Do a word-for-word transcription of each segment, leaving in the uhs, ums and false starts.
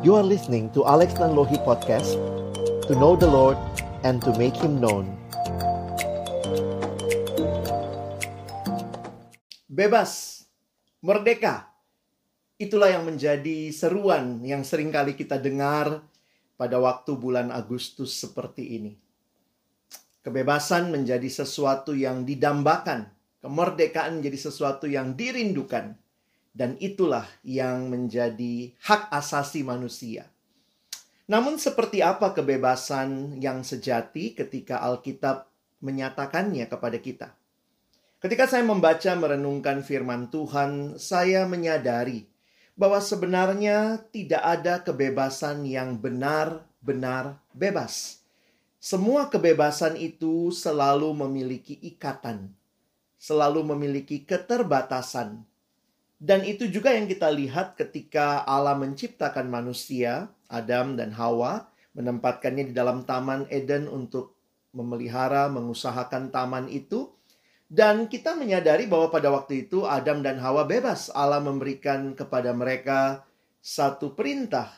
You are listening to Alex Nanlohi Podcast, to know the Lord and to make Him known. Bebas, merdeka. Itulah yang menjadi seruan yang seringkali kita dengar pada waktu bulan Agustus seperti ini. Kebebasan menjadi sesuatu yang didambakan, kemerdekaan menjadi sesuatu yang dirindukan. Dan itulah yang menjadi hak asasi manusia. Namun seperti apa kebebasan yang sejati ketika Alkitab menyatakannya kepada kita? Ketika saya membaca merenungkan firman Tuhan, saya menyadari bahwa sebenarnya tidak ada kebebasan yang benar-benar bebas. Semua kebebasan itu selalu memiliki ikatan, selalu memiliki keterbatasan. Dan itu juga yang kita lihat ketika Allah menciptakan manusia, Adam dan Hawa, menempatkannya di dalam Taman Eden untuk memelihara, mengusahakan taman itu. Dan kita menyadari bahwa pada waktu itu Adam dan Hawa bebas. Allah memberikan kepada mereka satu perintah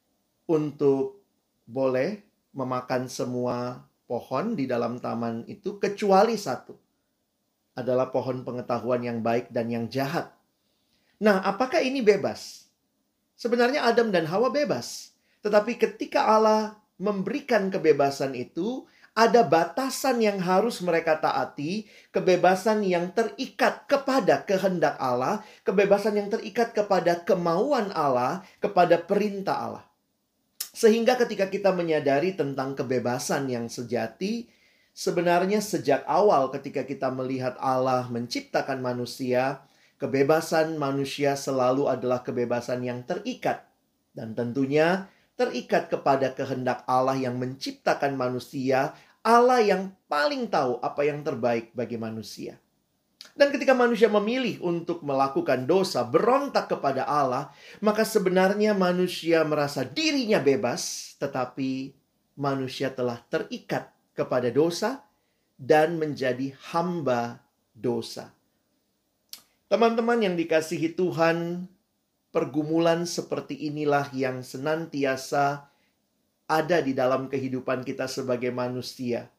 untuk boleh memakan semua pohon di dalam taman itu, kecuali satu. Adalah pohon pengetahuan yang baik dan yang jahat. Nah, apakah ini bebas? Sebenarnya Adam dan Hawa bebas. Tetapi ketika Allah memberikan kebebasan itu, ada batasan yang harus mereka taati, kebebasan yang terikat kepada kehendak Allah, kebebasan yang terikat kepada kemauan Allah, kepada perintah Allah. Sehingga ketika kita menyadari tentang kebebasan yang sejati, sebenarnya sejak awal ketika kita melihat Allah menciptakan manusia, kebebasan manusia selalu adalah kebebasan yang terikat. Dan tentunya terikat kepada kehendak Allah yang menciptakan manusia, Allah yang paling tahu apa yang terbaik bagi manusia. Dan ketika manusia memilih untuk melakukan dosa, berontak kepada Allah, maka sebenarnya manusia merasa dirinya bebas, tetapi manusia telah terikat kepada dosa dan menjadi hamba dosa. Teman-teman yang dikasihi Tuhan, pergumulan seperti inilah yang senantiasa ada di dalam kehidupan kita sebagai manusia.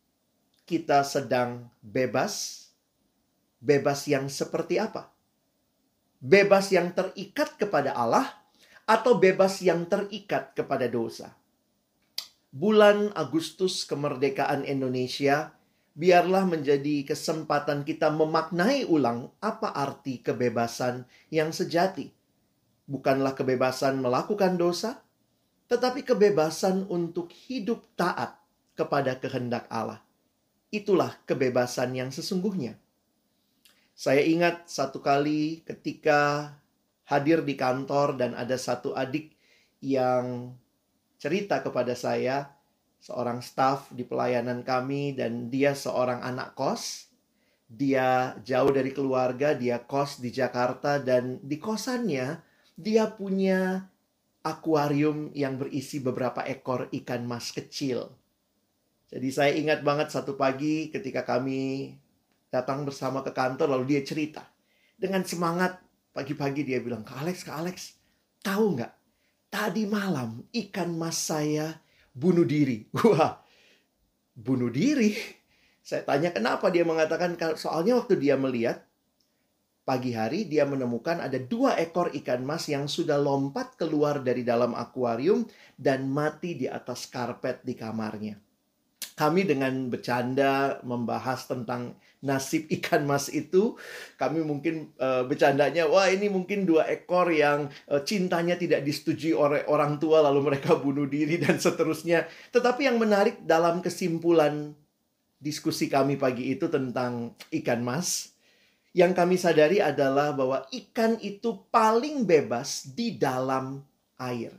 Kita sedang bebas. Bebas yang seperti apa? Bebas yang terikat kepada Allah atau bebas yang terikat kepada dosa? Bulan Agustus kemerdekaan Indonesia, biarlah menjadi kesempatan kita memaknai ulang apa arti kebebasan yang sejati. Bukanlah kebebasan melakukan dosa, tetapi kebebasan untuk hidup taat kepada kehendak Allah. Itulah kebebasan yang sesungguhnya. Saya ingat satu kali ketika hadir di kantor dan ada satu adik yang cerita kepada saya, seorang staf di pelayanan kami, dan dia seorang anak kos. Dia jauh dari keluarga, dia kos di Jakarta, dan di kosannya dia punya akuarium yang berisi beberapa ekor ikan mas kecil. Jadi saya ingat banget satu pagi ketika kami datang bersama ke kantor, lalu dia cerita. Dengan semangat, pagi-pagi dia bilang, Kak Alex, Kak Alex, tahu nggak? Tadi malam ikan mas saya bunuh diri. Wah, bunuh diri? Saya tanya kenapa, dia mengatakan soalnya waktu dia melihat pagi hari dia menemukan ada dua ekor ikan mas yang sudah lompat keluar dari dalam akuarium dan mati di atas karpet di kamarnya. Kami dengan bercanda membahas tentang nasib ikan mas itu. Kami mungkin uh, bercandanya, wah ini mungkin dua ekor yang uh, cintanya tidak disetujui oleh orang tua, lalu mereka bunuh diri dan seterusnya. Tetapi yang menarik dalam kesimpulan diskusi kami pagi itu tentang ikan mas, yang kami sadari adalah bahwa ikan itu paling bebas di dalam air.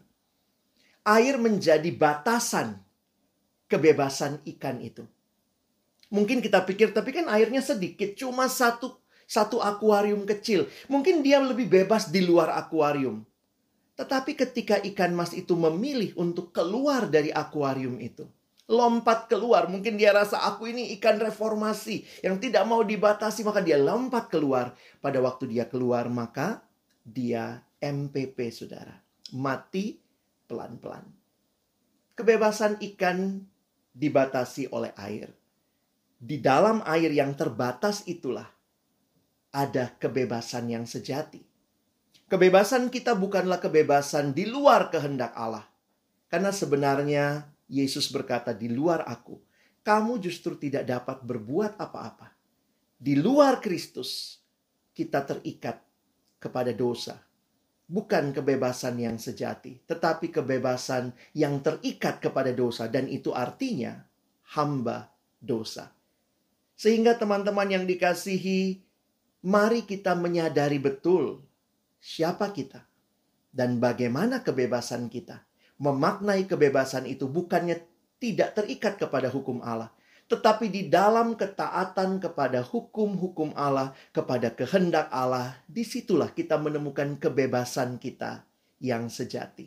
Air menjadi batasan kebebasan ikan itu. Mungkin kita pikir, tapi kan airnya sedikit, cuma satu, satu akuarium kecil. Mungkin dia lebih bebas di luar akuarium. Tetapi ketika ikan mas itu memilih untuk keluar dari akuarium itu, lompat keluar, mungkin dia rasa aku ini ikan reformasi yang tidak mau dibatasi, maka dia lompat keluar. Pada waktu dia keluar, maka dia M P P, saudara. Mati pelan-pelan. Kebebasan ikan dibatasi oleh air. Di dalam air yang terbatas itulah ada kebebasan yang sejati. Kebebasan kita bukanlah kebebasan di luar kehendak Allah. Karena sebenarnya Yesus berkata, di luar aku, kamu justru tidak dapat berbuat apa-apa. Di luar Kristus, kita terikat kepada dosa. Bukan kebebasan yang sejati, tetapi kebebasan yang terikat kepada dosa. Dan itu artinya hamba dosa. Sehingga teman-teman yang dikasihi, mari kita menyadari betul siapa kita dan bagaimana kebebasan kita. Memaknai kebebasan itu bukannya tidak terikat kepada hukum Allah, tetapi di dalam ketaatan kepada hukum-hukum Allah, kepada kehendak Allah, disitulah kita menemukan kebebasan kita yang sejati.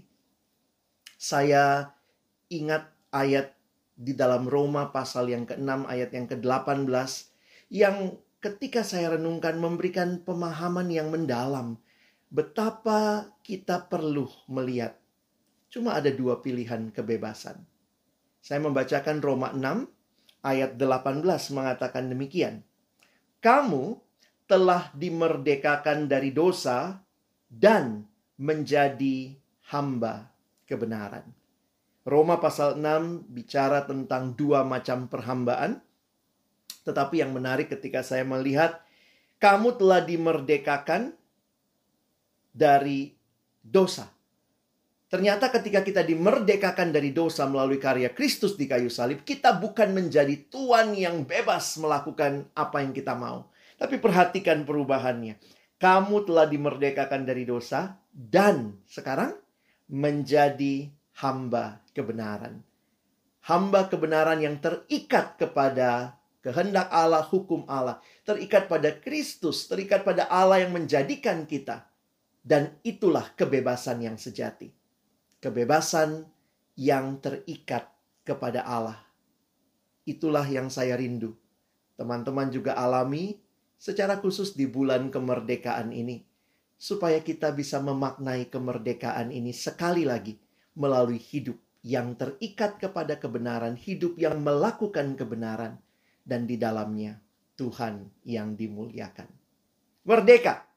Saya ingat ayat di dalam Roma pasal yang keenam ayat yang kedelapan belas yang ketika saya renungkan memberikan pemahaman yang mendalam betapa kita perlu melihat cuma ada dua pilihan kebebasan. Saya membacakan Roma enam ayat delapan belas mengatakan demikian. Kamu telah dimerdekakan dari dosa dan menjadi hamba kebenaran. Roma pasal enam bicara tentang dua macam perhambaan. Tetapi yang menarik ketika saya melihat kamu telah dimerdekakan dari dosa. Ternyata ketika kita dimerdekakan dari dosa melalui karya Kristus di kayu salib, kita bukan menjadi tuan yang bebas melakukan apa yang kita mau. Tapi perhatikan perubahannya. Kamu telah dimerdekakan dari dosa dan sekarang menjadi hamba kebenaran. Hamba kebenaran yang terikat kepada kehendak Allah, hukum Allah. Terikat pada Kristus, terikat pada Allah yang menjadikan kita. Dan itulah kebebasan yang sejati. Kebebasan yang terikat kepada Allah. Itulah yang saya rindu. Teman-teman juga alami secara khusus di bulan kemerdekaan ini. Supaya kita bisa memaknai kemerdekaan ini sekali lagi melalui hidup yang terikat kepada kebenaran, hidup yang melakukan kebenaran, dan di dalamnya Tuhan yang dimuliakan. Merdeka!